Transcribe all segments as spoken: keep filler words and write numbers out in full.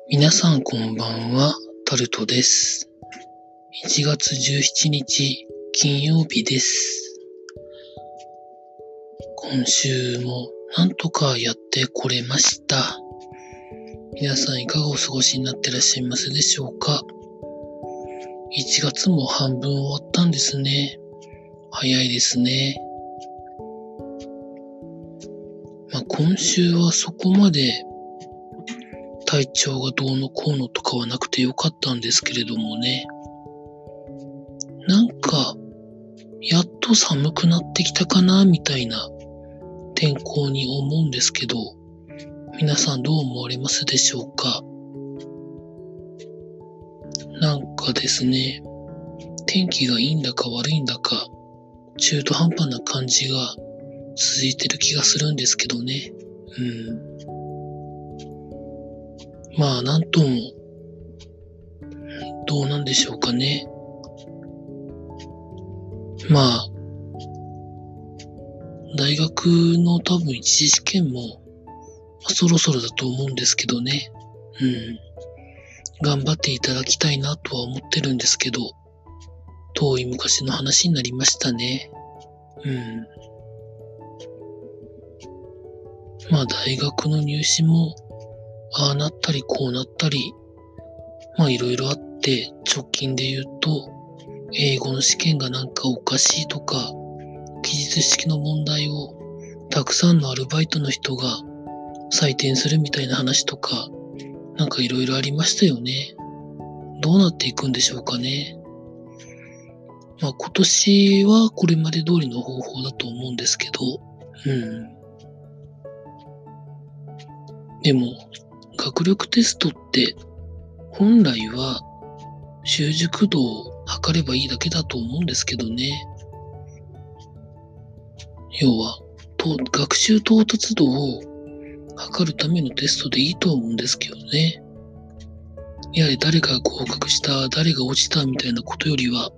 皆さんこんばんは、タルトです。いちがつじゅうしちにち金曜日です。今週もなんとかやってこれました。皆さんいかがお過ごしになってらっしゃいますでしょうか。いちがつも半分終わったんですね。早いですね。まあ、今週はそこまで体調がどうのこうのとかはなくてよかったんですけれどもね。なんか、やっと寒くなってきたかなみたいな天候に思うんですけど、皆さんどう思われますでしょうか。なんかですね、天気がいいんだか悪いんだか、中途半端な感じが続いてる気がするんですけどね。うん。まあ、なんとも、どうなんでしょうかね。まあ、大学の多分一次試験も、まあ、そろそろだと思うんですけどね。うん。頑張っていただきたいなとは思ってるんですけど、遠い昔の話になりましたね。うん。まあ大学の入試も、ああなったりこうなったり、まあいろいろあって、直近で言うと、英語の試験がなんかおかしいとか、記述式の問題をたくさんのアルバイトの人が採点するみたいな話とか、なんかいろいろありましたよね。どうなっていくんでしょうかね。まあ今年はこれまで通りの方法だと思うんですけど、うん。でも、学力テストって本来は習熟度を測ればいいだけだと思うんですけどね。要は、と学習到達度を測るためのテストでいいと思うんですけどね。やはり誰が合格した、誰が落ちたみたいなことよりは、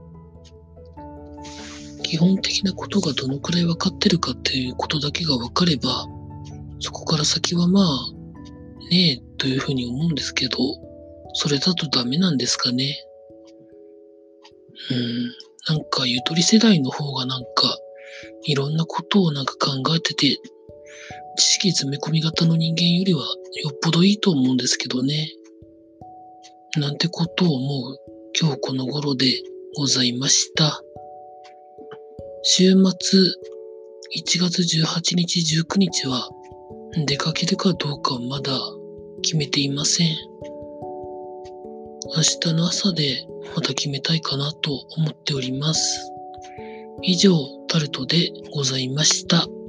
基本的なことがどのくらい分かってるかっていうことだけが分かれば、そこから先はまあ、ねえ、というふうに思うんですけど、それだとダメなんですかね。うん、なんかゆとり世代の方がなんか、いろんなことをなんか考えてて、知識詰め込み型の人間よりはよっぽどいいと思うんですけどね。なんてことを思う今日この頃でございました。週末、いちがつじゅうはちにち、じゅうくにちは出かけるかどうかはまだ決めていません。明日の朝でまた決めたいかなと思っております。以上、タルトでございました。